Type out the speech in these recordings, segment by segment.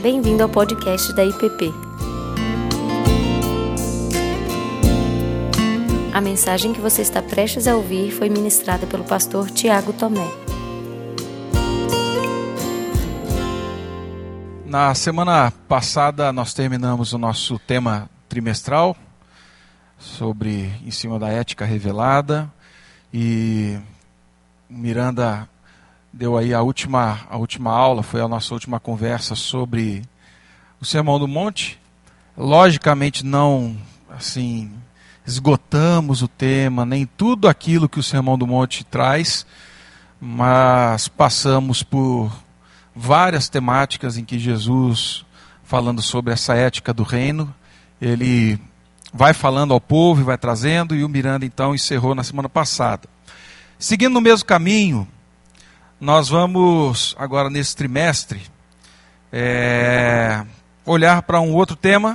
Bem-vindo ao podcast da IPP. A mensagem que você está prestes a ouvir foi ministrada pelo pastor Tiago Tomé. Na semana passada nós terminamos o nosso tema trimestral em cima da ética revelada, e Miranda deu aí a última aula, foi a nossa última conversa sobre o Sermão do Monte. Logicamente não esgotamos o tema, nem tudo aquilo que o Sermão do Monte traz, mas passamos por várias temáticas em que Jesus, falando sobre essa ética do reino, ele vai falando ao povo e vai trazendo, e o Miranda então encerrou na semana passada. Seguindo no mesmo caminho, nós vamos agora nesse trimestre olhar para um outro tema,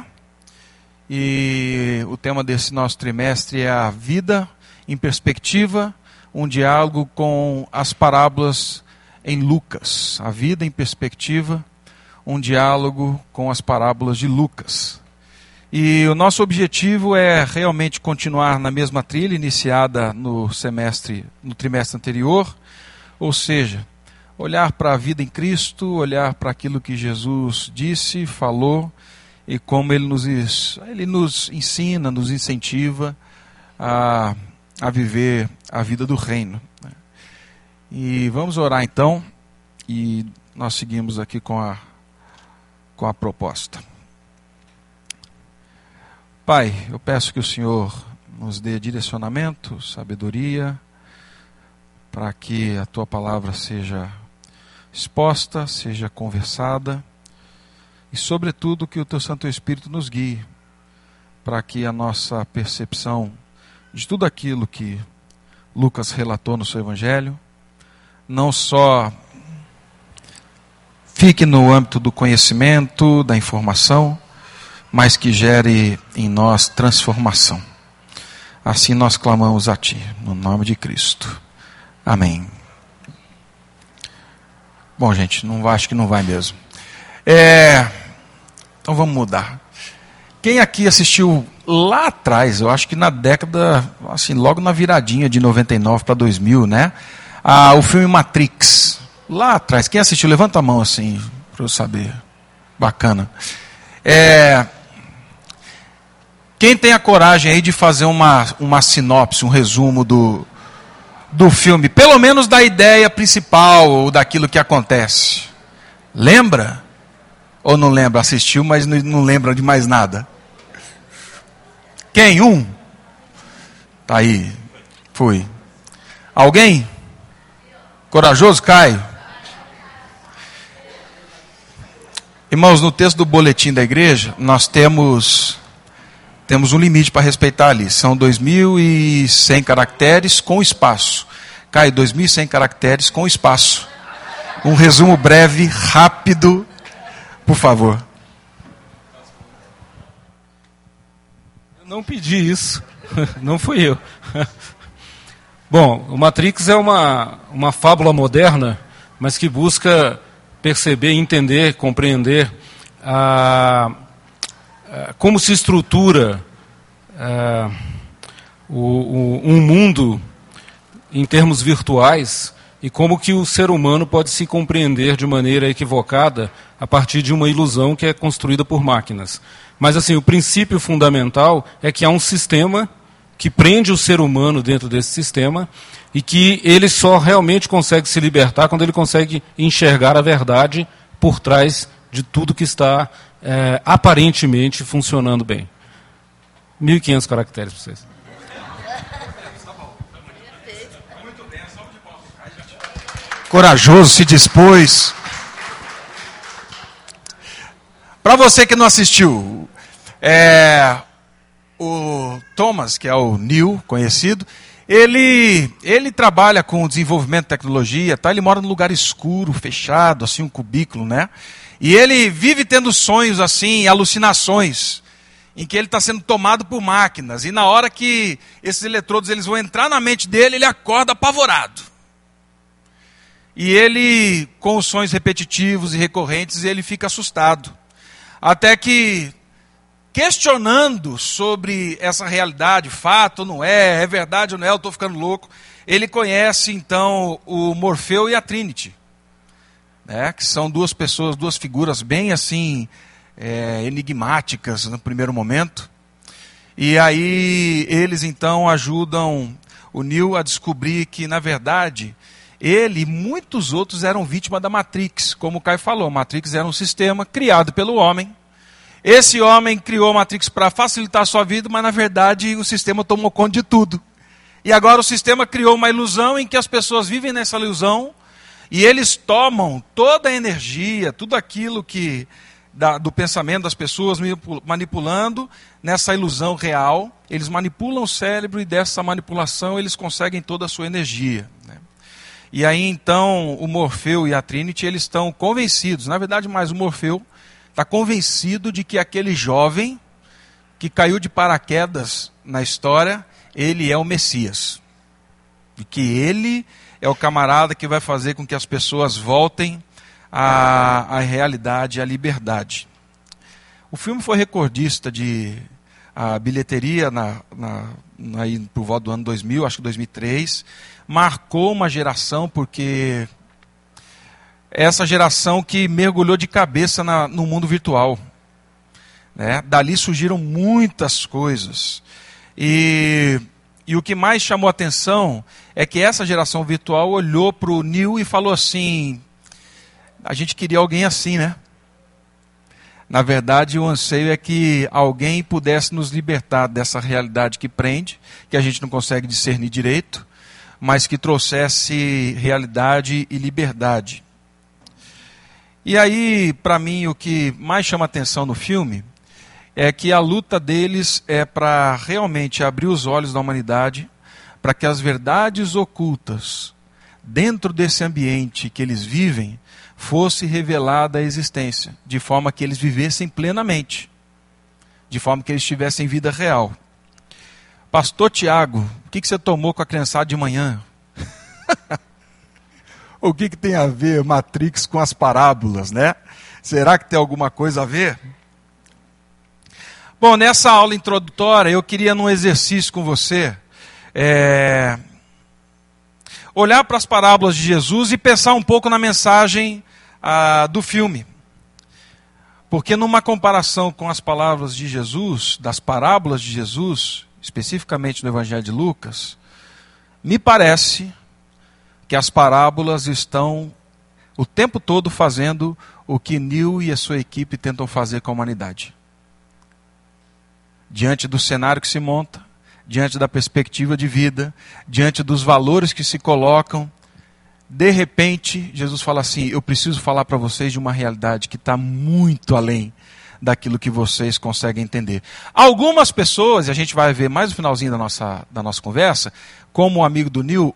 e o tema desse nosso trimestre é a vida em perspectiva, um diálogo com as parábolas em Lucas. A vida em perspectiva, um diálogo com as parábolas de Lucas. E o nosso objetivo é realmente continuar na mesma trilha iniciada no trimestre anterior, ou seja, olhar para a vida em Cristo, olhar para aquilo que Jesus disse, falou, e como ele nos ensina, nos incentiva a viver a vida do reino. E vamos orar então, e nós seguimos aqui com a proposta. Pai, eu peço que o Senhor nos dê direcionamento, sabedoria, para que a Tua palavra seja exposta, seja conversada, e sobretudo que o Teu Santo Espírito nos guie, para que a nossa percepção de tudo aquilo que Lucas relatou no seu Evangelho, não só fique no âmbito do conhecimento, da informação, mas que gere em nós transformação. Assim nós clamamos a Ti, no nome de Cristo. Amém. Bom, gente, acho que não vai mesmo. Então vamos mudar. Quem aqui assistiu lá atrás, eu acho que na década, logo na viradinha de 99 para 2000, né? O filme Matrix. Lá atrás, quem assistiu? Levanta a mão para eu saber. Bacana. Quem tem a coragem aí de fazer uma sinopse, um resumo do filme, pelo menos da ideia principal ou daquilo que acontece? Lembra? Ou não lembra? Assistiu, mas não lembra de mais nada? Quem? Tá aí. Fui. Alguém? Corajoso? Caio? Irmãos, no texto do boletim da igreja, nós temos um limite para respeitar ali. São 2.100 caracteres com espaço. Caio, 2.100 caracteres com espaço. Um resumo breve, rápido, por favor. Eu não pedi isso. Não fui eu. Bom, o Matrix é uma fábula moderna, mas que busca perceber, entender, compreender como se estrutura um mundo em termos virtuais, e como que o ser humano pode se compreender de maneira equivocada a partir de uma ilusão que é construída por máquinas. Mas o princípio fundamental é que há um sistema que prende o ser humano dentro desse sistema, e que ele só realmente consegue se libertar quando ele consegue enxergar a verdade por trás de tudo que está aparentemente funcionando bem. 1.500 caracteres para vocês. Corajoso, se dispôs. Para você que não assistiu, o Thomas, que é o Neil, conhecido, ele trabalha com desenvolvimento de tecnologia, tá? Ele mora num lugar escuro, fechado, um cubículo, né? E ele vive tendo sonhos alucinações, em que ele está sendo tomado por máquinas, e na hora que esses eletrodos vão entrar na mente dele, ele acorda apavorado. E ele, com os sonhos repetitivos e recorrentes, ele fica assustado. Até que, questionando sobre essa realidade, fato ou não é verdade ou não é, eu estou ficando louco, ele conhece então o Morfeu e a Trinity, né, que são duas pessoas, duas figuras bem assim, enigmáticas no primeiro momento. E aí eles então ajudam o Neo a descobrir que, na verdade, ele e muitos outros eram vítimas da Matrix. Como o Caio falou, a Matrix era um sistema criado pelo homem. Esse homem criou a Matrix para facilitar a sua vida, mas na verdade o sistema tomou conta de tudo. E agora o sistema criou uma ilusão em que as pessoas vivem nessa ilusão e eles tomam toda a energia, tudo aquilo que do pensamento das pessoas, manipulando nessa ilusão real. Eles manipulam o cérebro e dessa manipulação eles conseguem toda a sua energia, né? E aí então o Morfeu e a Trinity, eles estão convencidos, na verdade mais o Morfeu está convencido de que aquele jovem que caiu de paraquedas na história, ele é o Messias. E que ele é o camarada que vai fazer com que as pessoas voltem à realidade, à liberdade. O filme foi recordista de a bilheteria aí por volta do ano 2000, acho que 2003, marcou uma geração, porque essa geração que mergulhou de cabeça no mundo virtual, né? Dali surgiram muitas coisas. E o que mais chamou a atenção é que essa geração virtual olhou para o Neo e falou assim: a gente queria alguém assim, né? Na verdade, o anseio é que alguém pudesse nos libertar dessa realidade que prende, que a gente não consegue discernir direito, mas que trouxesse realidade e liberdade. E aí, para mim, o que mais chama atenção no filme é que a luta deles é para realmente abrir os olhos da humanidade, para que as verdades ocultas dentro desse ambiente que eles vivem fosse revelada a existência, de forma que eles vivessem plenamente, de forma que eles tivessem vida real. Pastor Tiago, o que você tomou com a criançada de manhã? O que tem a ver Matrix com as parábolas, né? Será que tem alguma coisa a ver? Bom, nessa aula introdutória, eu queria num exercício com você, olhar para as parábolas de Jesus e pensar um pouco na mensagem do filme. Porque numa comparação com as palavras de Jesus, das parábolas de Jesus, especificamente no Evangelho de Lucas, me parece que as parábolas estão o tempo todo fazendo o que Neo e a sua equipe tentam fazer com a humanidade. Diante do cenário que se monta, diante da perspectiva de vida, diante dos valores que se colocam, de repente, Jesus fala assim: eu preciso falar para vocês de uma realidade que está muito além daquilo que vocês conseguem entender. Algumas pessoas, e a gente vai ver mais no finalzinho da nossa conversa, como o amigo do Neo,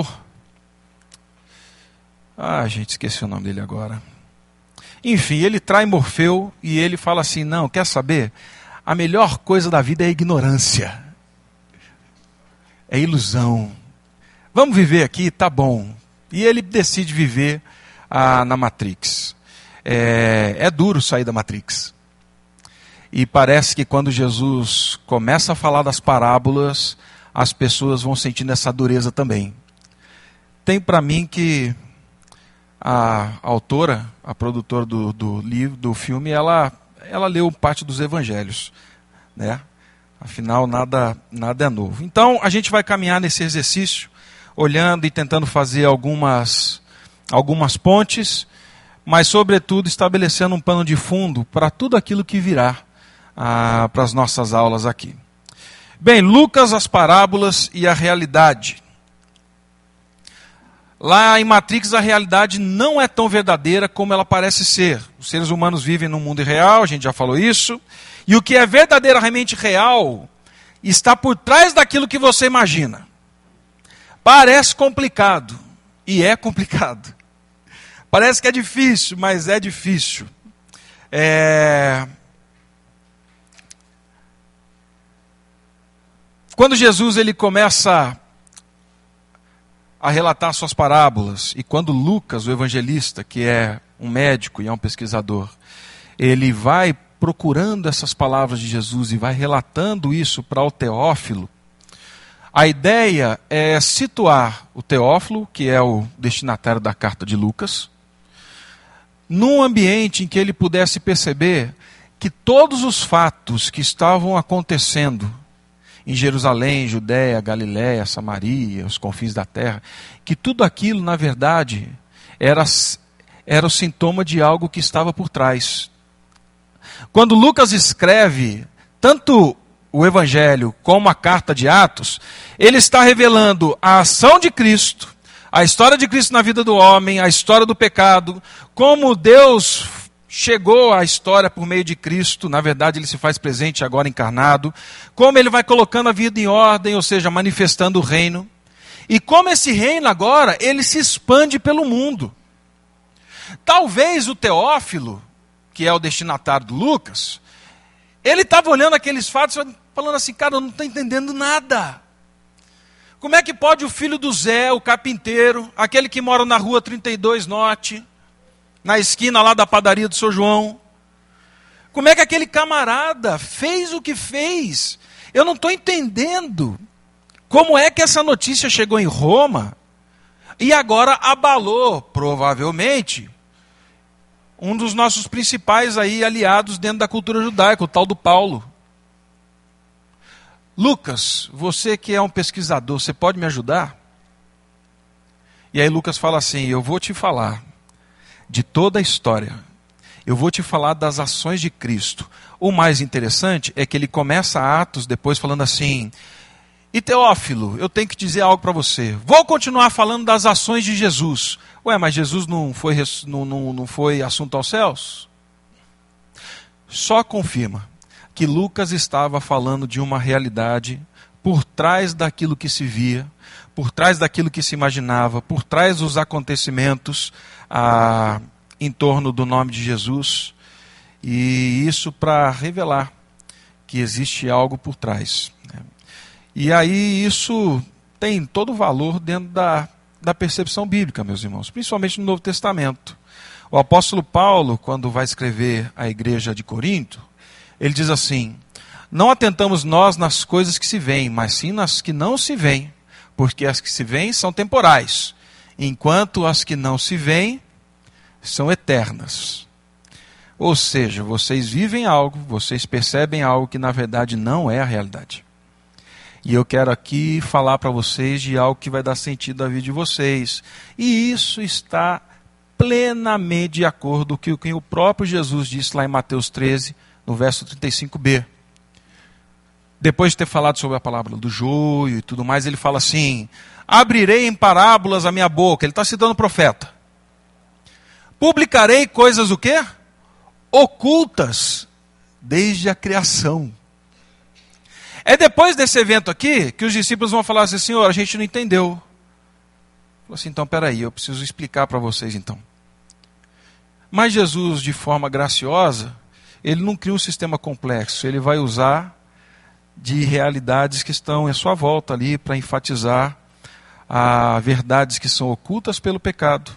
gente, esqueci o nome dele agora. Enfim, ele trai Morfeu e ele fala assim: não, quer saber? A melhor coisa da vida é a ignorância. É ilusão. Vamos viver aqui, tá bom. E ele decide viver na Matrix. É duro sair da Matrix. E parece que quando Jesus começa a falar das parábolas, as pessoas vão sentindo essa dureza também. Tem para mim que a autora, a produtora do livro, do filme, ela leu parte dos evangelhos, né? Afinal, nada é novo. Então, a gente vai caminhar nesse exercício, olhando e tentando fazer algumas pontes, mas, sobretudo, estabelecendo um pano de fundo para tudo aquilo que virá para as nossas aulas aqui. Bem, Lucas, as parábolas e a realidade. Lá em Matrix, a realidade não é tão verdadeira como ela parece ser. Os seres humanos vivem num mundo irreal, a gente já falou isso. E o que é verdadeiramente real está por trás daquilo que você imagina. Parece complicado, e é complicado. Parece que é difícil, mas é difícil. Quando Jesus ele começa a relatar suas parábolas, e quando Lucas, o evangelista, que é um médico e é um pesquisador, ele vai procurando essas palavras de Jesus e vai relatando isso para o Teófilo, a ideia é situar o Teófilo, que é o destinatário da carta de Lucas, num ambiente em que ele pudesse perceber que todos os fatos que estavam acontecendo em Jerusalém, Judéia, Galiléia, Samaria, os confins da terra, que tudo aquilo, na verdade, era o sintoma de algo que estava por trás. Quando Lucas escreve tanto o Evangelho como a carta de Atos, ele está revelando a ação de Cristo, a história de Cristo na vida do homem, a história do pecado, como Deus chegou à história por meio de Cristo, na verdade ele se faz presente agora encarnado, como ele vai colocando a vida em ordem, ou seja, manifestando o reino, e como esse reino agora, ele se expande pelo mundo. Talvez o Teófilo, que é o destinatário do Lucas, ele estava olhando aqueles fatos, falando assim, cara, eu não estou entendendo nada. Como é que pode o filho do Zé, o carpinteiro, aquele que mora na rua 32 Norte, na esquina lá da padaria do São João, como é que aquele camarada fez o que fez? Eu não estou entendendo como é que essa notícia chegou em Roma e agora abalou, provavelmente, um dos nossos principais aí aliados dentro da cultura judaica, o tal do Paulo. Lucas, você que é um pesquisador, você pode me ajudar? E aí Lucas fala assim, eu vou te falar de toda a história, eu vou te falar das ações de Cristo. O mais interessante é que ele começa Atos depois falando assim, e Teófilo, eu tenho que dizer algo para você, vou continuar falando das ações de Jesus. Ué, mas Jesus não foi assunto aos céus? Só confirma que Lucas estava falando de uma realidade por trás daquilo que se via, por trás daquilo que se imaginava, por trás dos acontecimentos em torno do nome de Jesus, e isso para revelar que existe algo por trás. E aí isso tem todo o valor dentro da percepção bíblica, meus irmãos, principalmente no Novo Testamento. O apóstolo Paulo, quando vai escrever à igreja de Corinto, ele diz assim, não atentamos nós nas coisas que se veem, mas sim nas que não se veem, porque as que se veem são temporais, enquanto as que não se veem são eternas. Ou seja, vocês vivem algo, vocês percebem algo que na verdade não é a realidade. E eu quero aqui falar para vocês de algo que vai dar sentido à vida de vocês. E isso está plenamente de acordo com o que o próprio Jesus disse lá em Mateus 13, no verso 35b. Depois de ter falado sobre a palavra do joio e tudo mais, ele fala assim, abrirei em parábolas a minha boca. Ele está citando o profeta. Publicarei coisas o quê? Ocultas desde a criação. É depois desse evento aqui que os discípulos vão falar assim, Senhor, a gente não entendeu. Falou assim, então peraí, eu preciso explicar para vocês então. Mas Jesus, de forma graciosa, ele não cria um sistema complexo, ele vai usar de realidades que estão à sua volta ali para enfatizar verdades que são ocultas pelo pecado,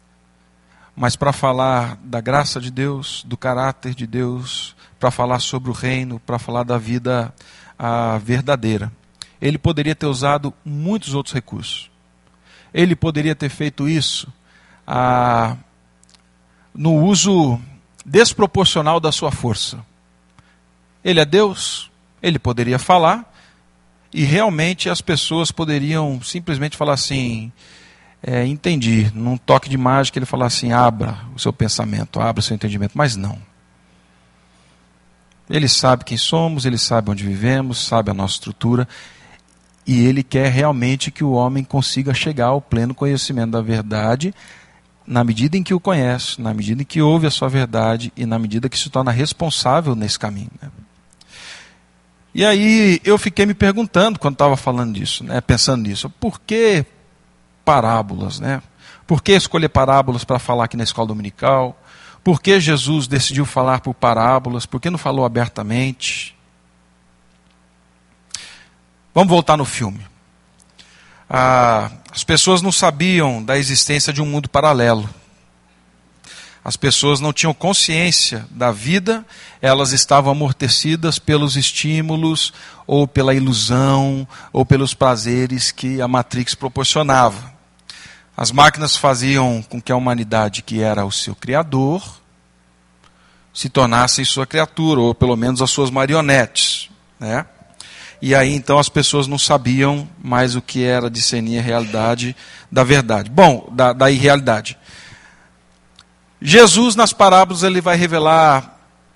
mas para falar da graça de Deus, do caráter de Deus, para falar sobre o reino, para falar da vida verdadeira. Ele poderia ter usado muitos outros recursos. Ele poderia ter feito isso no uso desproporcional da sua força. Ele é Deus, ele poderia falar, e realmente as pessoas poderiam simplesmente falar assim, entendi, num toque de mágica ele falar assim, abra o seu pensamento, abra o seu entendimento, mas não. Ele sabe quem somos, ele sabe onde vivemos, sabe a nossa estrutura, e ele quer realmente que o homem consiga chegar ao pleno conhecimento da verdade, na medida em que o conhece, na medida em que ouve a sua verdade e na medida que se torna responsável nesse caminho. Né? E aí eu fiquei me perguntando quando estava falando disso, né, pensando nisso, por que parábolas? Né? Por que escolher parábolas para falar aqui na escola dominical? Por que Jesus decidiu falar por parábolas? Por que não falou abertamente? Vamos voltar no filme. As pessoas não sabiam da existência de um mundo paralelo. As pessoas não tinham consciência da vida, elas estavam amortecidas pelos estímulos, ou pela ilusão, ou pelos prazeres que a Matrix proporcionava. As máquinas faziam com que a humanidade, que era o seu criador, se tornasse sua criatura, ou pelo menos as suas marionetes, né? E aí então as pessoas não sabiam mais o que era discernir a realidade da verdade. Bom, da irrealidade. Jesus, nas parábolas, ele vai revelar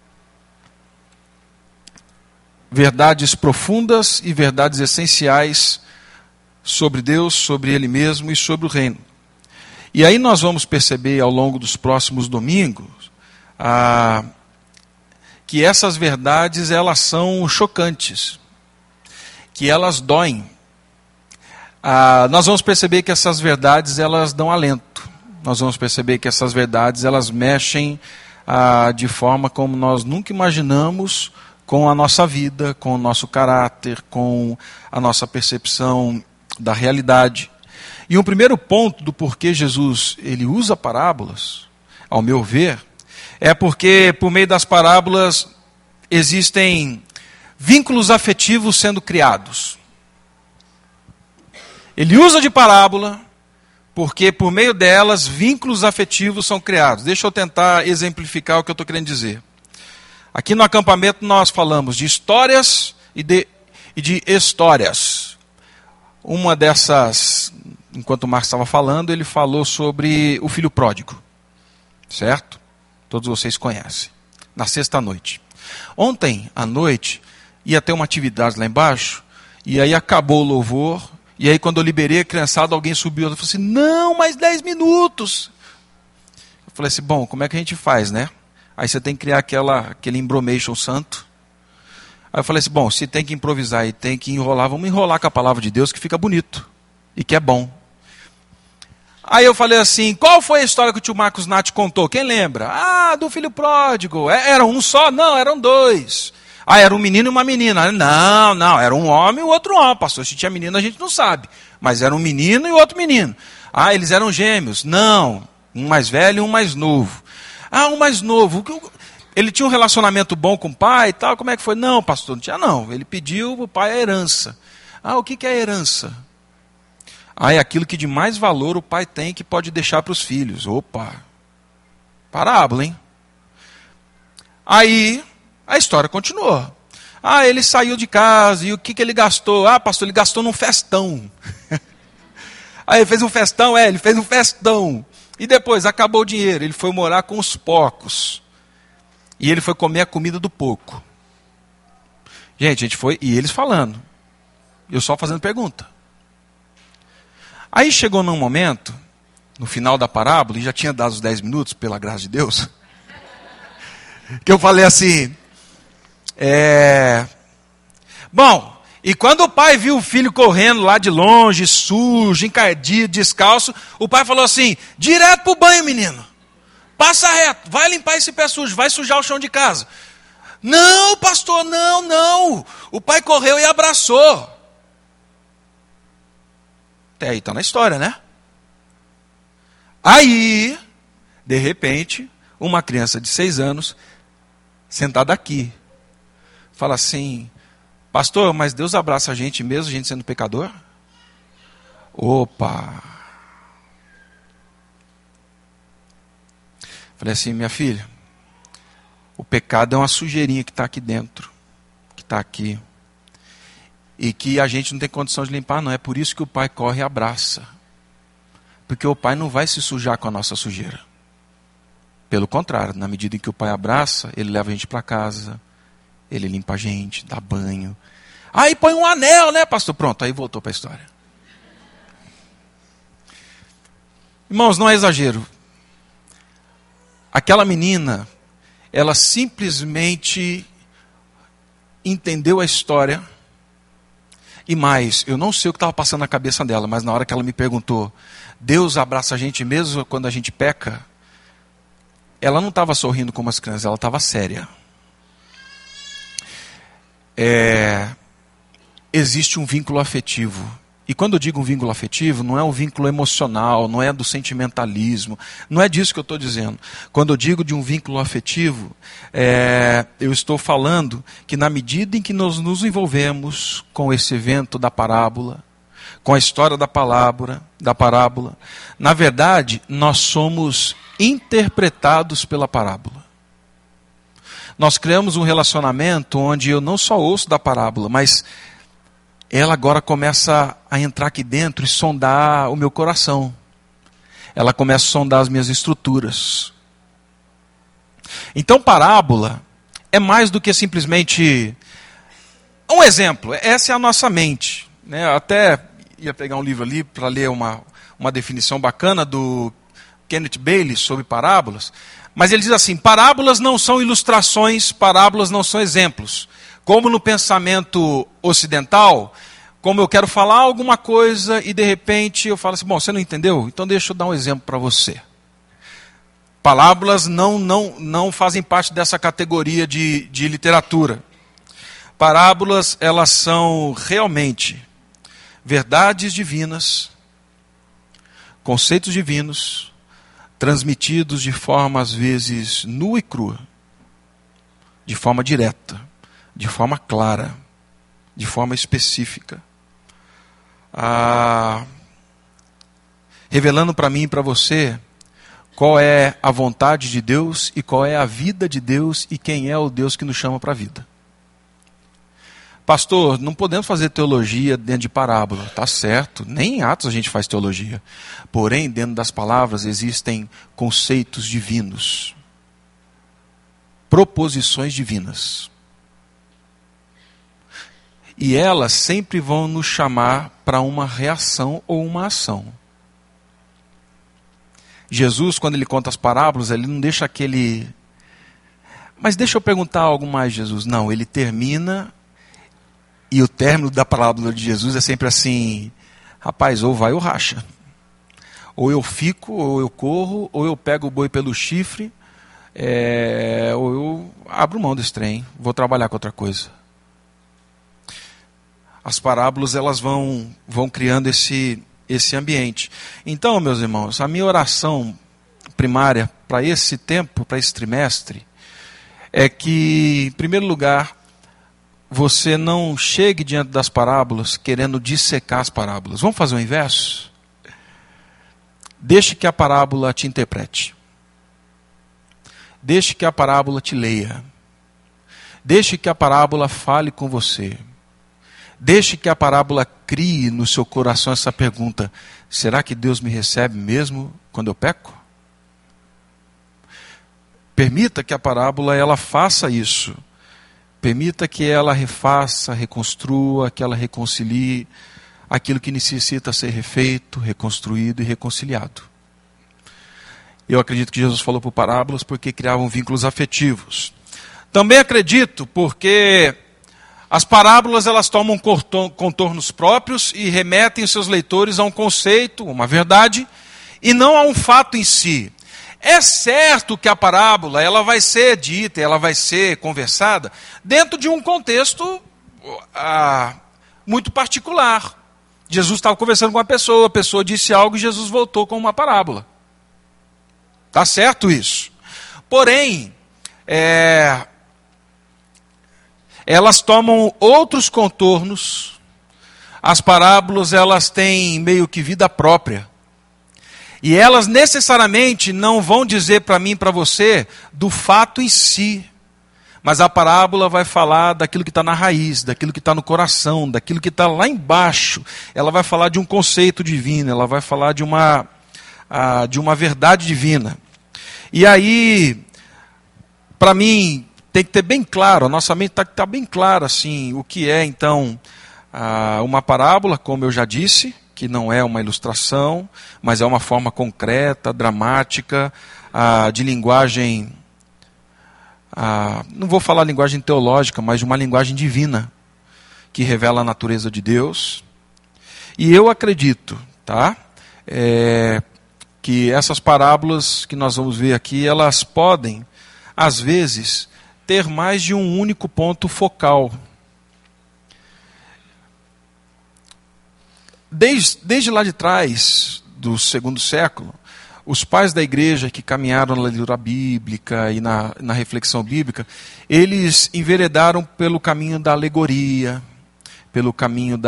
verdades profundas e verdades essenciais sobre Deus, sobre Ele mesmo e sobre o reino. E aí nós vamos perceber ao longo dos próximos domingos que essas verdades, elas são chocantes, que elas doem. Nós vamos perceber que essas verdades, elas dão alento. Nós vamos perceber que essas verdades, elas mexem de forma como nós nunca imaginamos com a nossa vida, com o nosso caráter, com a nossa percepção da realidade. E um primeiro ponto do porquê Jesus ele usa parábolas, ao meu ver, é porque por meio das parábolas existem vínculos afetivos sendo criados. Ele usa de parábola porque por meio delas vínculos afetivos são criados. Deixa eu tentar exemplificar o que eu estou querendo dizer. Aqui no acampamento nós falamos de histórias e de histórias. Uma dessas, enquanto o Marcos estava falando, ele falou sobre o filho pródigo. Certo? Todos vocês conhecem. Na sexta-noite. Ontem à noite ia ter uma atividade lá embaixo, e aí acabou o louvor. E aí quando eu liberei a criançada, alguém subiu e falou assim, não, mais 10 minutos. Eu falei assim, bom, como é que a gente faz, né? Aí você tem que criar aquele embromation santo. Aí eu falei assim, bom, se tem que improvisar e tem que enrolar, vamos enrolar com a palavra de Deus que fica bonito. E que é bom. Aí eu falei assim, qual foi a história que o tio Marcos Nath contou? Quem lembra? Do filho pródigo. Era um só? Não, eram dois. Era um menino e uma menina. Não, era um homem e o outro homem. Pastor, se tinha menino a gente não sabe. Mas era um menino e outro menino. Eles eram gêmeos. Não, um mais velho e um mais novo. Um mais novo. Ele tinha um relacionamento bom com o pai e tal. Como é que foi? Não, pastor, não tinha não. Ele pediu para o pai a herança. O que é herança? É aquilo que de mais valor o pai tem que pode deixar para os filhos. Opa, parábola, hein? Aí a história continuou. Ele saiu de casa e o que ele gastou? Pastor, ele gastou num festão. Aí ele fez um festão? Ele fez um festão. E depois acabou o dinheiro, ele foi morar com os porcos. E ele foi comer a comida do porco. Gente, a gente foi, e eles falando. Eu só fazendo pergunta. Aí chegou num momento, no final da parábola, e já tinha dado os 10 minutos, pela graça de Deus, que eu falei assim, bom, e quando o pai viu o filho correndo lá de longe, sujo, encardido, descalço, o pai falou assim, direto pro banho, menino. Passa reto, vai limpar esse pé sujo, vai sujar o chão de casa. Não, pastor, não. O pai correu e abraçou. Até aí está na história, né? Aí, de repente, uma criança de 6 anos, sentada aqui, fala assim, pastor, mas Deus abraça a gente mesmo, a gente sendo pecador? Opa! Falei assim, minha filha, o pecado é uma sujeirinha que está aqui dentro, que está aqui, e que a gente não tem condição de limpar, não. É por isso que o pai corre e abraça. Porque o pai não vai se sujar com a nossa sujeira. Pelo contrário, na medida em que o pai abraça, ele leva a gente para casa, ele limpa a gente, dá banho. Aí põe um anel, né, pastor? Pronto, aí voltou para a história. Irmãos, não é exagero. Aquela menina, ela simplesmente entendeu a história. E mais, eu não sei o que estava passando na cabeça dela, mas na hora que ela me perguntou, Deus abraça a gente mesmo quando a gente peca? Ela não estava sorrindo como as crianças, ela estava séria. Existe um vínculo afetivo E quando eu digo um vínculo afetivo, não é um vínculo emocional, não é do sentimentalismo, não é disso que eu estou dizendo. Quando eu digo de um vínculo afetivo, eu estou falando que na medida em que nós nos envolvemos com esse evento da parábola, com a história da parábola, na verdade, nós somos interpretados pela parábola. Nós criamos um relacionamento onde eu não só ouço da parábola, mas ela agora começa a entrar aqui dentro e sondar o meu coração. Ela começa a sondar as minhas estruturas. Então, parábola é mais do que simplesmente um exemplo. Essa é a nossa mente. Eu até ia pegar um livro ali para ler uma definição bacana do Kenneth Bailey sobre parábolas. Mas ele diz assim: parábolas não são ilustrações, parábolas não são exemplos. Como no pensamento ocidental, como eu quero falar alguma coisa e de repente eu falo assim, bom, você não entendeu? Então deixa eu dar um exemplo para você. Parábolas não fazem parte dessa categoria de literatura. Parábolas, elas são realmente verdades divinas, conceitos divinos, transmitidos de forma às vezes nua e crua, de forma direta, de forma clara, de forma específica, revelando para mim e para você qual é a vontade de Deus e qual é a vida de Deus e quem é o Deus que nos chama para a vida. Pastor, não podemos fazer teologia dentro de parábola. Tá certo, nem em Atos a gente faz teologia. Porém, dentro das palavras existem conceitos divinos, proposições divinas. E elas sempre vão nos chamar para uma reação ou uma ação. Jesus, quando ele conta as parábolas, ele não deixa aquele... Mas deixa eu perguntar algo mais, Jesus. Não, ele termina, e o término da parábola de Jesus é sempre assim, rapaz, ou vai ou racha. Ou eu fico, ou eu corro, ou eu pego o boi pelo chifre, ou eu abro mão desse trem, vou trabalhar com outra coisa. As parábolas, elas vão criando esse ambiente. Então, meus irmãos, a minha oração primária para esse tempo, para esse trimestre, é que, em primeiro lugar, você não chegue diante das parábolas querendo dissecar as parábolas. Vamos fazer o inverso? Deixe que a parábola te interprete. Deixe que a parábola te leia. Deixe que a parábola fale com você. Deixe que a parábola crie no seu coração essa pergunta: será que Deus me recebe mesmo quando eu peco? Permita que a parábola ela faça isso. Permita que ela refaça, reconstrua, que ela reconcilie aquilo que necessita ser refeito, reconstruído e reconciliado. Eu acredito que Jesus falou por parábolas porque criavam vínculos afetivos. Também acredito porque as parábolas elas tomam contornos próprios e remetem os seus leitores a um conceito, uma verdade, e não a um fato em si. É certo que a parábola ela vai ser dita, ela vai ser conversada dentro de um contexto muito particular. Jesus estava conversando com uma pessoa, a pessoa disse algo e Jesus voltou com uma parábola. Está certo isso. Porém, elas tomam outros contornos. As parábolas elas têm meio que vida própria. E elas necessariamente não vão dizer para mim e para você do fato em si. Mas a parábola vai falar daquilo que está na raiz, daquilo que está no coração, daquilo que está lá embaixo. Ela vai falar de um conceito divino, ela vai falar de uma verdade divina. E aí, para mim, tem que ter bem claro, a nossa mente tem que estar bem clara assim, o que é então uma parábola, como eu já disse, que não é uma ilustração, mas é uma forma concreta, dramática, de linguagem, não vou falar linguagem teológica, mas de uma linguagem divina, que revela a natureza de Deus. E eu acredito, que essas parábolas que nós vamos ver aqui, elas podem, às vezes, ter mais de um único ponto focal. desde lá de trás, do segundo século, os pais da igreja que caminharam na leitura bíblica e na reflexão bíblica, eles enveredaram pelo caminho da alegoria, pelo caminho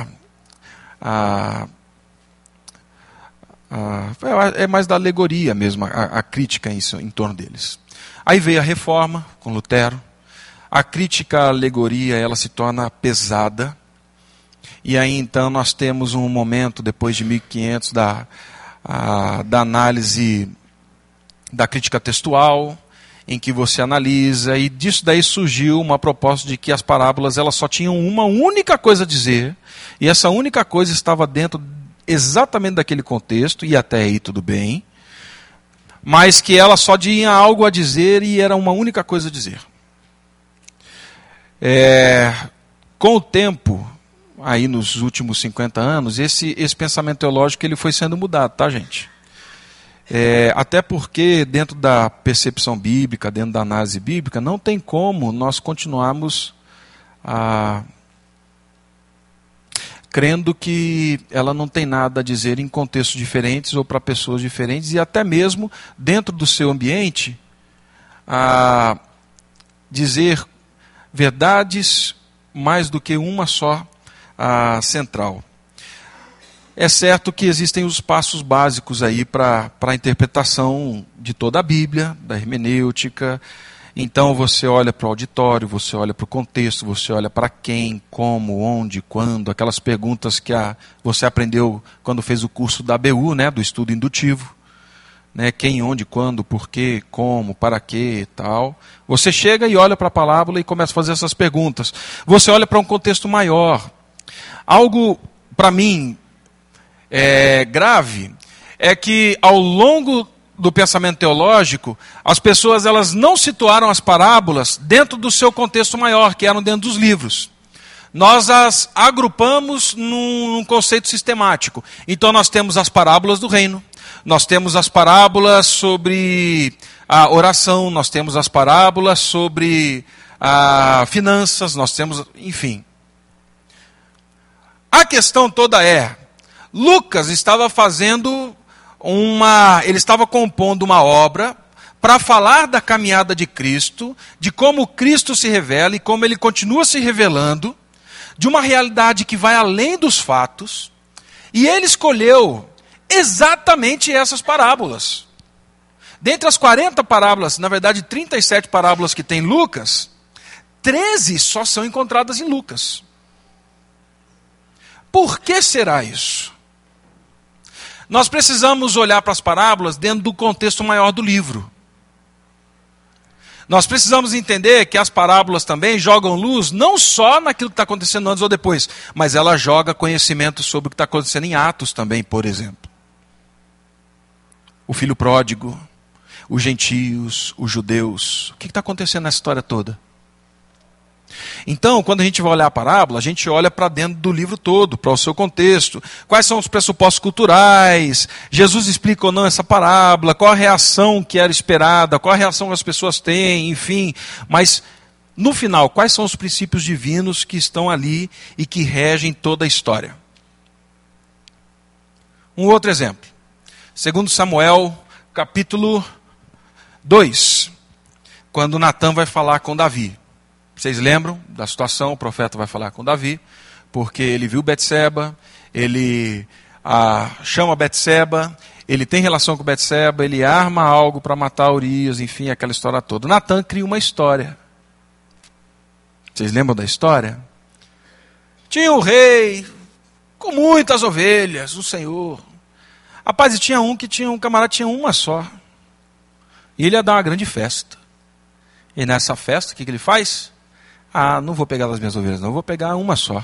é mais da alegoria mesmo, a crítica em torno deles. Aí veio a Reforma, com Lutero. A crítica à alegoria, ela se torna pesada. E aí então nós temos um momento, depois de 1500, da análise da crítica textual, em que você analisa, e disso daí surgiu uma proposta de que as parábolas elas só tinham uma única coisa a dizer, e essa única coisa estava dentro exatamente daquele contexto, e até aí tudo bem, mas que ela só tinha algo a dizer e era uma única coisa a dizer. Com o tempo, aí nos últimos 50 anos, esse pensamento teológico ele foi sendo mudado, tá, gente? Até porque dentro da percepção bíblica, dentro da análise bíblica, não tem como nós continuarmos crendo que ela não tem nada a dizer em contextos diferentes ou para pessoas diferentes, e até mesmo dentro do seu ambiente, dizer verdades mais do que uma só central. É certo que existem os passos básicos aí para a interpretação de toda a Bíblia, da hermenêutica. Então você olha para o auditório, você olha para o contexto, você olha para quem, como, onde, quando, aquelas perguntas que você aprendeu quando fez o curso da ABU, né, do estudo indutivo. Né, quem, onde, quando, por quê, como, para quê e tal. Você chega e olha para a parábola e começa a fazer essas perguntas. Você olha para um contexto maior. Algo, para mim, grave, é que ao longo do pensamento teológico, as pessoas elas não situaram as parábolas dentro do seu contexto maior, que eram dentro dos livros. Nós as agrupamos num conceito sistemático. Então nós temos as parábolas do reino, nós temos as parábolas sobre a oração, nós temos as parábolas sobre finanças, nós temos, enfim. A questão toda Lucas estava ele estava compondo uma obra para falar da caminhada de Cristo, de como Cristo se revela e como ele continua se revelando, de uma realidade que vai além dos fatos, e ele escolheu exatamente essas parábolas. Dentre as 40 parábolas, na verdade 37 parábolas que tem Lucas, 13 só são encontradas em Lucas. Por que será isso? Nós precisamos olhar para as parábolas dentro do contexto maior do livro. Nós precisamos entender que as parábolas também jogam luz não só naquilo que está acontecendo antes ou depois, mas ela joga conhecimento sobre o que está acontecendo em Atos também, por exemplo. O filho pródigo, os gentios, os judeus. O que está acontecendo nessa história toda? Então, quando a gente vai olhar a parábola, a gente olha para dentro do livro todo, para o seu contexto. Quais são os pressupostos culturais? Jesus explica ou não essa parábola? Qual a reação que era esperada? Qual a reação que as pessoas têm? Enfim, mas no final, quais são os princípios divinos que estão ali e que regem toda a história? Um outro exemplo. 2 Samuel, capítulo 2, quando Natã vai falar com Davi. Vocês lembram da situação? O profeta vai falar com Davi, porque ele viu Betseba, ele chama Betseba, ele tem relação com Betseba, ele arma algo para matar Urias, enfim, aquela história toda. Natã cria uma história. Vocês lembram da história? Tinha um rei com muitas ovelhas, um senhor. Rapaz, e tinha um camarada tinha uma só. E ele ia dar uma grande festa. E nessa festa, o que ele faz? Não vou pegar das minhas ovelhas, não, vou pegar uma só.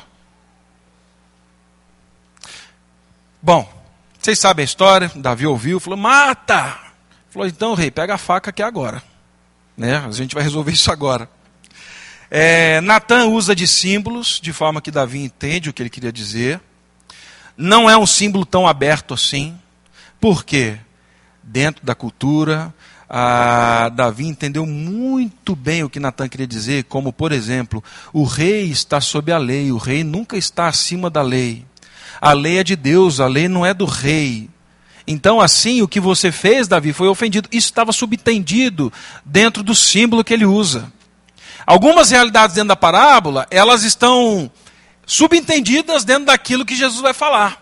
Bom, vocês sabem a história, Davi ouviu, falou, mata! Falou, então, rei, pega a faca aqui agora. Né? A gente vai resolver isso agora. Natã usa de símbolos, de forma que Davi entende o que ele queria dizer. Não é um símbolo tão aberto assim. Por quê? Dentro da cultura, Davi entendeu muito bem o que Natã queria dizer, como, por exemplo, o rei está sob a lei, o rei nunca está acima da lei. A lei é de Deus, a lei não é do rei. Então, assim, o que você fez, Davi, foi ofendido. Isso estava subentendido dentro do símbolo que ele usa. Algumas realidades dentro da parábola, elas estão subentendidas dentro daquilo que Jesus vai falar.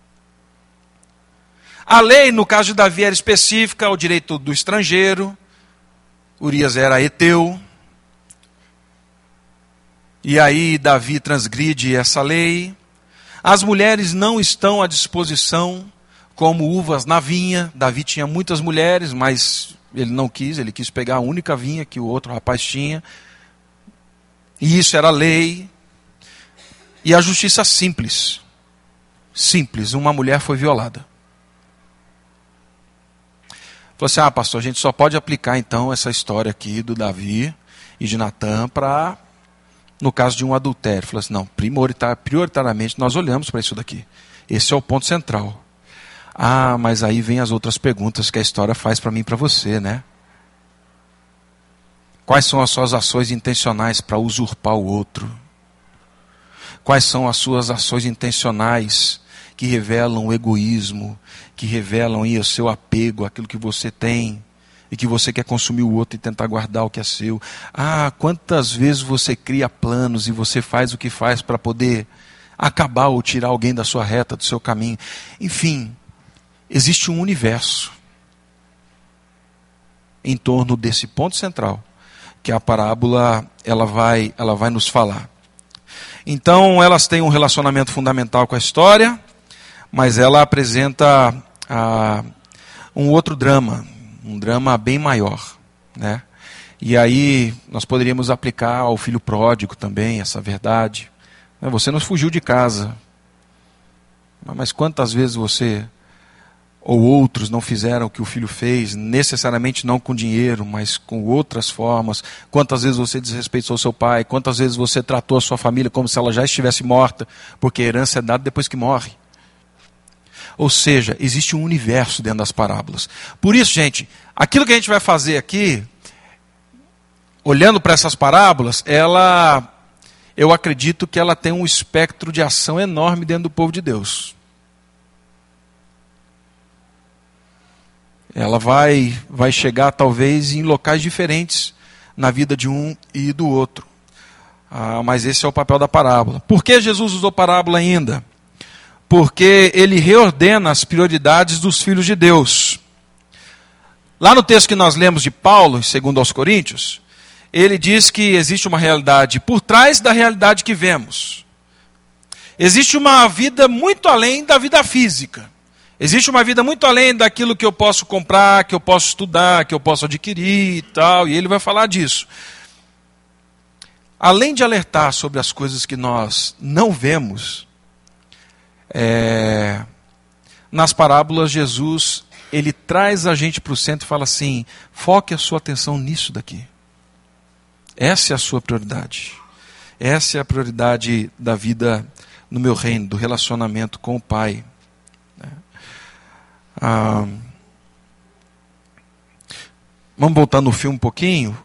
A lei, no caso de Davi, era específica, o direito do estrangeiro. Urias era heteu. E aí Davi transgride essa lei. As mulheres não estão à disposição como uvas na vinha. Davi tinha muitas mulheres, mas ele não quis, ele quis pegar a única vinha que o outro rapaz tinha. E isso era lei. E a justiça simples. Simples, uma mulher foi violada. Falou assim, pastor, a gente só pode aplicar então essa história aqui do Davi e de Natã para, no caso de um adultério. Falou assim, não, prioritariamente nós olhamos para isso daqui. Esse é o ponto central. Mas aí vem as outras perguntas que a história faz para mim e para você, né? Quais são as suas ações intencionais para usurpar o outro? Quais são as suas ações intencionais que revelam o egoísmo, que revelam aí o seu apego àquilo que você tem e que você quer consumir o outro e tentar guardar o que é seu? Quantas vezes você cria planos e você faz o que faz para poder acabar ou tirar alguém da sua reta, do seu caminho? Enfim, existe um universo em torno desse ponto central que a parábola ela vai nos falar. Então, elas têm um relacionamento fundamental com a história, mas ela apresenta um outro drama, um drama bem maior, né? E aí nós poderíamos aplicar ao filho pródigo também essa verdade. Você não fugiu de casa, mas quantas vezes você ou outros não fizeram o que o filho fez, necessariamente não com dinheiro, mas com outras formas? Quantas vezes você desrespeitou seu pai? Quantas vezes você tratou a sua família como se ela já estivesse morta, porque a herança é dada depois que morre? Ou seja, existe um universo dentro das parábolas. Por isso, gente, aquilo que a gente vai fazer aqui, olhando para essas parábolas, eu acredito que ela tem um espectro de ação enorme dentro do povo de Deus. Ela vai chegar talvez em locais diferentes na vida de um e do outro. Mas esse é o papel da parábola. Por que Jesus usou parábola ainda? Porque ele reordena as prioridades dos filhos de Deus. Lá no texto que nós lemos de Paulo, segundo aos Coríntios, ele diz que existe uma realidade por trás da realidade que vemos. Existe uma vida muito além da vida física. Existe uma vida muito além daquilo que eu posso comprar, que eu posso estudar, que eu posso adquirir e tal. E ele vai falar disso. Além de alertar sobre as coisas que nós não vemos, nas parábolas Jesus, ele traz a gente para o centro e fala assim, foque a sua atenção nisso daqui. Essa é a sua prioridade. Essa é a prioridade da vida no meu reino, do relacionamento com o Pai. Vamos voltar no filme um pouquinho.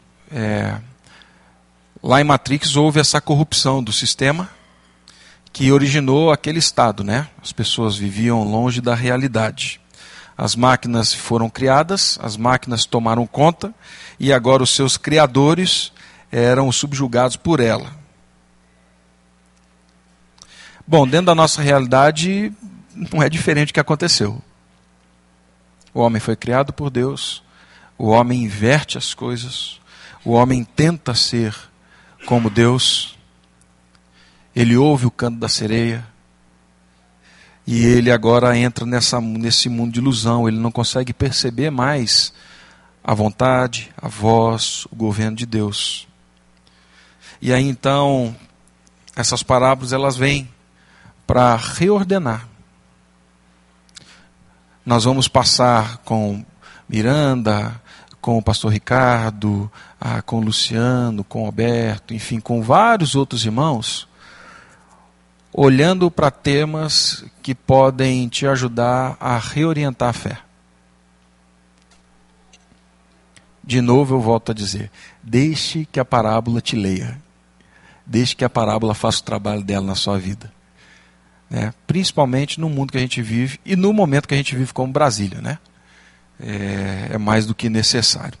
Lá em Matrix houve essa corrupção do sistema que originou aquele estado, né? As pessoas viviam longe da realidade. As máquinas foram criadas, as máquinas tomaram conta e agora os seus criadores eram subjugados por ela. Bom, dentro da nossa realidade não é diferente do que aconteceu. O homem foi criado por Deus, o homem inverte as coisas, o homem tenta ser como Deus, ele ouve o canto da sereia, e ele agora entra nesse mundo de ilusão, ele não consegue perceber mais a vontade, a voz, o governo de Deus. E aí então, essas parábolas elas vêm para reordenar. Nós vamos passar com Miranda, com o pastor Ricardo, com o Luciano, com o Alberto, enfim, com vários outros irmãos, olhando para temas que podem te ajudar a reorientar a fé. De novo eu volto a dizer, deixe que a parábola te leia. Deixe que a parábola faça o trabalho dela na sua vida. né? Principalmente no mundo que a gente vive e no momento que a gente vive como Brasília, né? É mais do que necessário.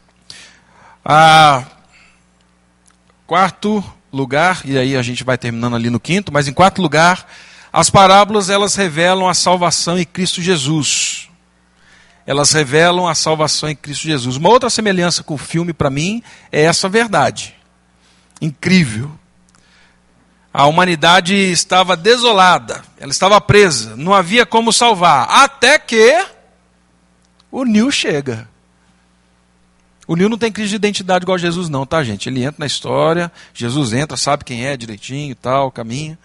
Quarto lugar, e aí a gente vai terminando ali no quinto, mas em quarto lugar, as parábolas elas revelam a salvação em Cristo Jesus. Elas revelam a salvação em Cristo Jesus. Uma outra semelhança com o filme, para mim, é essa verdade. Incrível. A humanidade estava desolada, ela estava presa, não havia como salvar, até que o Neo chega. O Neo não tem crise de identidade igual Jesus não, tá, gente? Ele entra na história, Jesus entra, sabe quem é direitinho e tal, caminha.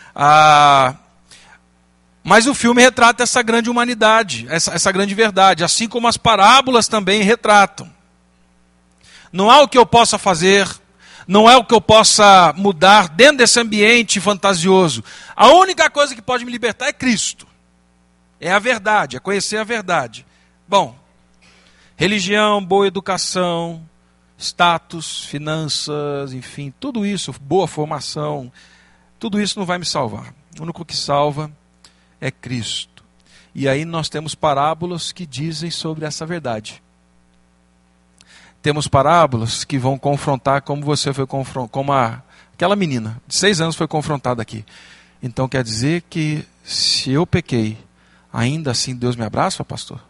Mas o filme retrata essa grande humanidade, essa grande verdade, assim como as parábolas também retratam. Não há o que eu possa fazer, não é o que eu possa mudar dentro desse ambiente fantasioso. A única coisa que pode me libertar é Cristo. É a verdade, é conhecer a verdade. Bom, religião, boa educação, status, finanças, enfim, tudo isso, boa formação, tudo isso não vai me salvar. O único que salva é Cristo. E aí nós temos parábolas que dizem sobre essa verdade. Temos parábolas que vão confrontar como você foi confrontado, como aquela menina de 6 anos foi confrontada aqui. Então quer dizer que se eu pequei, ainda assim Deus me abraça, pastor?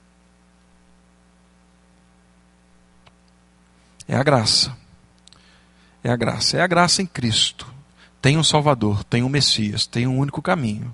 É a graça. É a graça. É a graça em Cristo. Tem um Salvador, tem um Messias, tem um único caminho.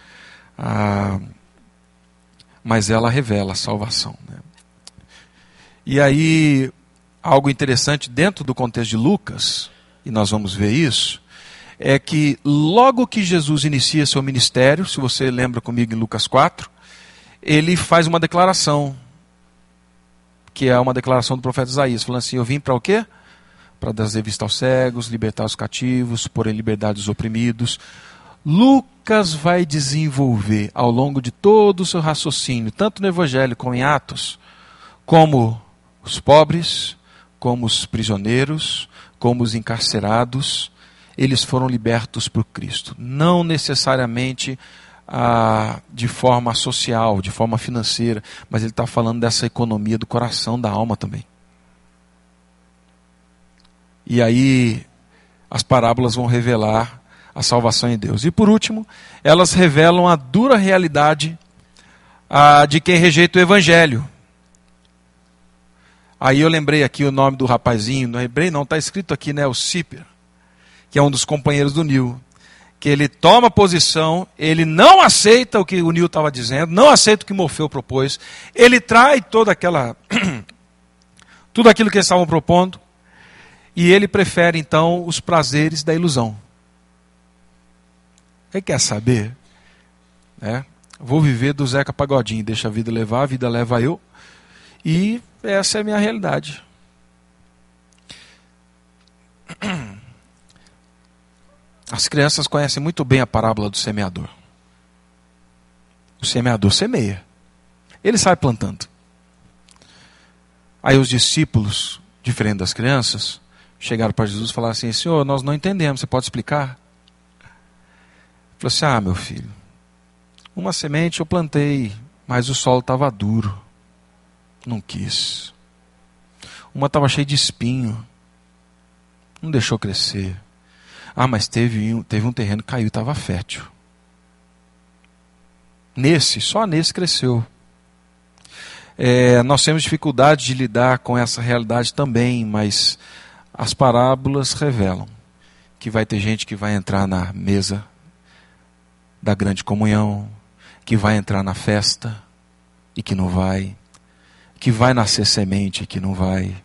Mas ela revela a salvação, né? E aí, algo interessante dentro do contexto de Lucas, e nós vamos ver isso, é que logo que Jesus inicia seu ministério, se você lembra comigo em Lucas 4, ele faz uma declaração, que é uma declaração do profeta Isaías, falando assim, eu vim para o quê? Para trazer vista aos cegos, libertar os cativos, pôr em liberdade os oprimidos. Lucas vai desenvolver ao longo de todo o seu raciocínio, tanto no Evangelho como em Atos, como os pobres, como os prisioneiros, como os encarcerados, eles foram libertos por Cristo. Não necessariamente de forma social, de forma financeira, mas ele está falando dessa economia do coração, da alma também. E aí as parábolas vão revelar a salvação em Deus. E por último, elas revelam a dura realidade de quem rejeita o Evangelho. Aí eu lembrei aqui o nome do rapazinho, não lembrei não, está escrito aqui, né, o Cíper, que é um dos companheiros do Nil, que ele toma posição, ele não aceita o que o Nil estava dizendo, não aceita o que Morfeu propôs, ele trai tudo aquilo que eles estavam propondo, e ele prefere então os prazeres da ilusão. Ele quer saber? Vou viver do Zeca Pagodinho, deixa a vida levar, a vida leva eu, e essa é a minha realidade. As crianças conhecem muito bem a parábola do semeador. O semeador semeia. Ele sai plantando. Aí os discípulos, diferente das crianças, chegaram para Jesus e falaram assim, Senhor, nós não entendemos, você pode explicar? Ele falou assim, meu filho, uma semente eu plantei, mas o solo estava duro. Não quis. Uma estava cheia de espinho. Não deixou crescer. Mas teve um terreno que caiu e estava fértil. Só nesse cresceu. Nós temos dificuldade de lidar com essa realidade também, mas as parábolas revelam que vai ter gente que vai entrar na mesa da grande comunhão, que vai entrar na festa e que não vai, que vai nascer semente e que não vai.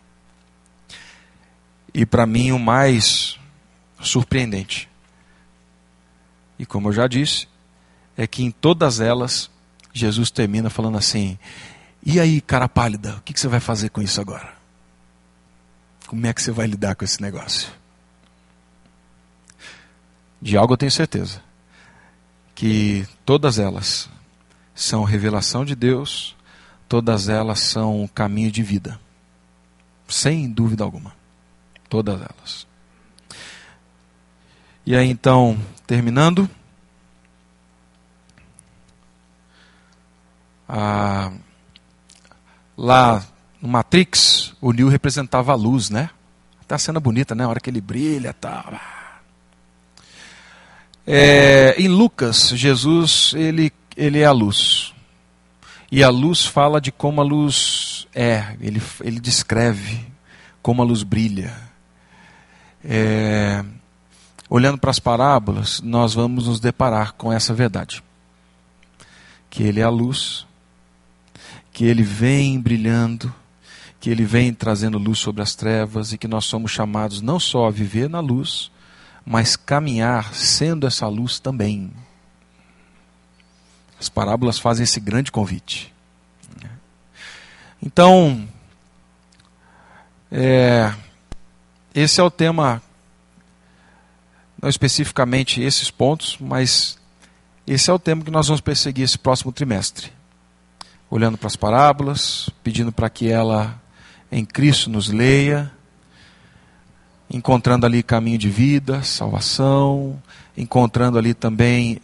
E para mim o mais surpreendente, e como eu já disse, é que em todas elas Jesus termina falando assim, e aí cara pálida, o que você vai fazer com isso agora? Como é que você vai lidar com esse negócio? De algo eu tenho certeza, que todas elas são revelação de Deus, todas elas são um caminho de vida, sem dúvida alguma, todas elas. E aí então, terminando, Lá no Matrix, o Neo representava a luz, né? Até a cena bonita, né? A hora que ele brilha, tal. Em Lucas, Jesus ele é a luz. E a luz fala de como a luz é. Ele descreve como a luz brilha. Olhando para as parábolas, nós vamos nos deparar com essa verdade. Que ele é a luz, que ele vem brilhando, que ele vem trazendo luz sobre as trevas e que nós somos chamados não só a viver na luz, mas caminhar sendo essa luz também. As parábolas fazem esse grande convite. Então, esse é o tema, não especificamente esses pontos, mas esse é o tema que nós vamos perseguir esse próximo trimestre. Olhando para as parábolas, pedindo para que ela, em Cristo, nos leia, encontrando ali caminho de vida, salvação, encontrando ali também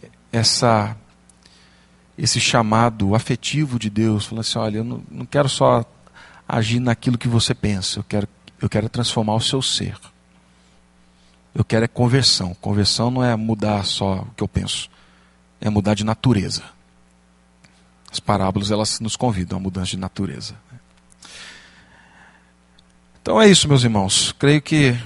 esse chamado afetivo de Deus, falando assim, olha, eu não quero só agir naquilo que você pensa, eu quero transformar o seu ser. Eu quero conversão. Conversão não é mudar só o que eu penso, é mudar de natureza. As parábolas, elas nos convidam a mudança de natureza. Então é isso, meus irmãos. Creio que,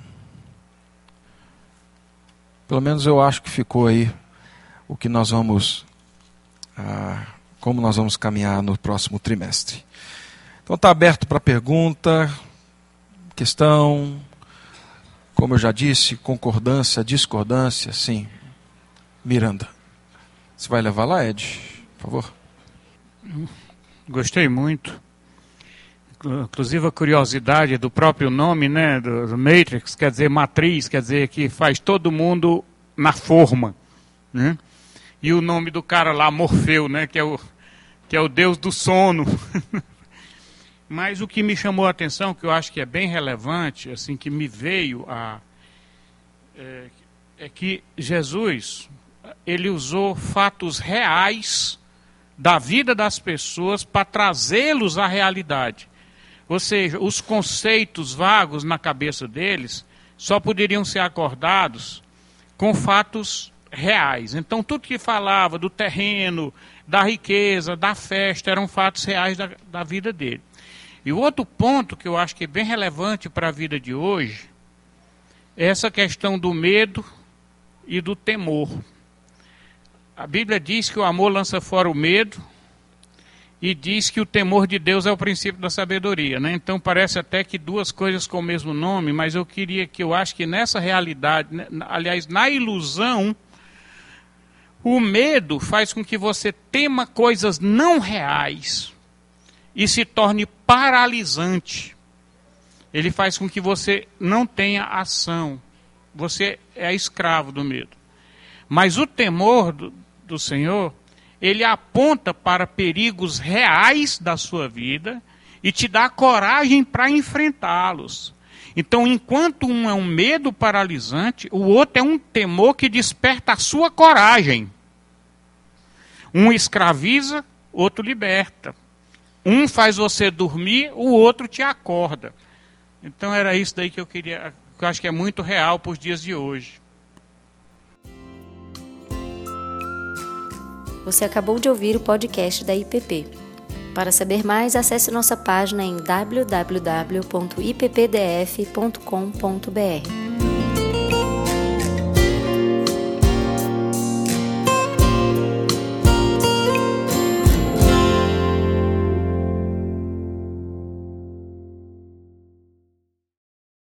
pelo menos eu acho que ficou aí o que nós vamos, como nós vamos caminhar no próximo trimestre. Então está aberto para pergunta, questão, como eu já disse, concordância, discordância, sim. Miranda, você vai levar lá, Ed, por favor? Gostei muito. Inclusive a curiosidade do próprio nome, né, do Matrix, quer dizer matriz, quer dizer que faz todo mundo na forma, né? E o nome do cara lá, Morfeu, né, que é o deus do sono. Mas o que me chamou a atenção, que eu acho que é bem relevante, assim, que me veio é que Jesus, ele usou fatos reais da vida das pessoas para trazê-los à realidade. Ou seja, os conceitos vagos na cabeça deles só poderiam ser acordados com fatos reais. Então, tudo que falava do terreno, da riqueza, da festa, eram fatos reais da vida dele. E o outro ponto que eu acho que é bem relevante para a vida de hoje é essa questão do medo e do temor. A Bíblia diz que o amor lança fora o medo e diz que o temor de Deus é o princípio da sabedoria, né? Então parece até que duas coisas com o mesmo nome, mas eu acho que nessa realidade, aliás, na ilusão, o medo faz com que você tema coisas não reais e se torne paralisante. Ele faz com que você não tenha ação. Você é escravo do medo. Mas o temor do Senhor, ele aponta para perigos reais da sua vida e te dá coragem para enfrentá-los. Então, enquanto um é um medo paralisante, o outro é um temor que desperta a sua coragem. Um escraviza, outro liberta. Um faz você dormir, o outro te acorda. Então era isso daí que eu acho que é muito real para os dias de hoje. Você acabou de ouvir o podcast da IPP. Para saber mais, acesse nossa página em www.ippdf.com.br.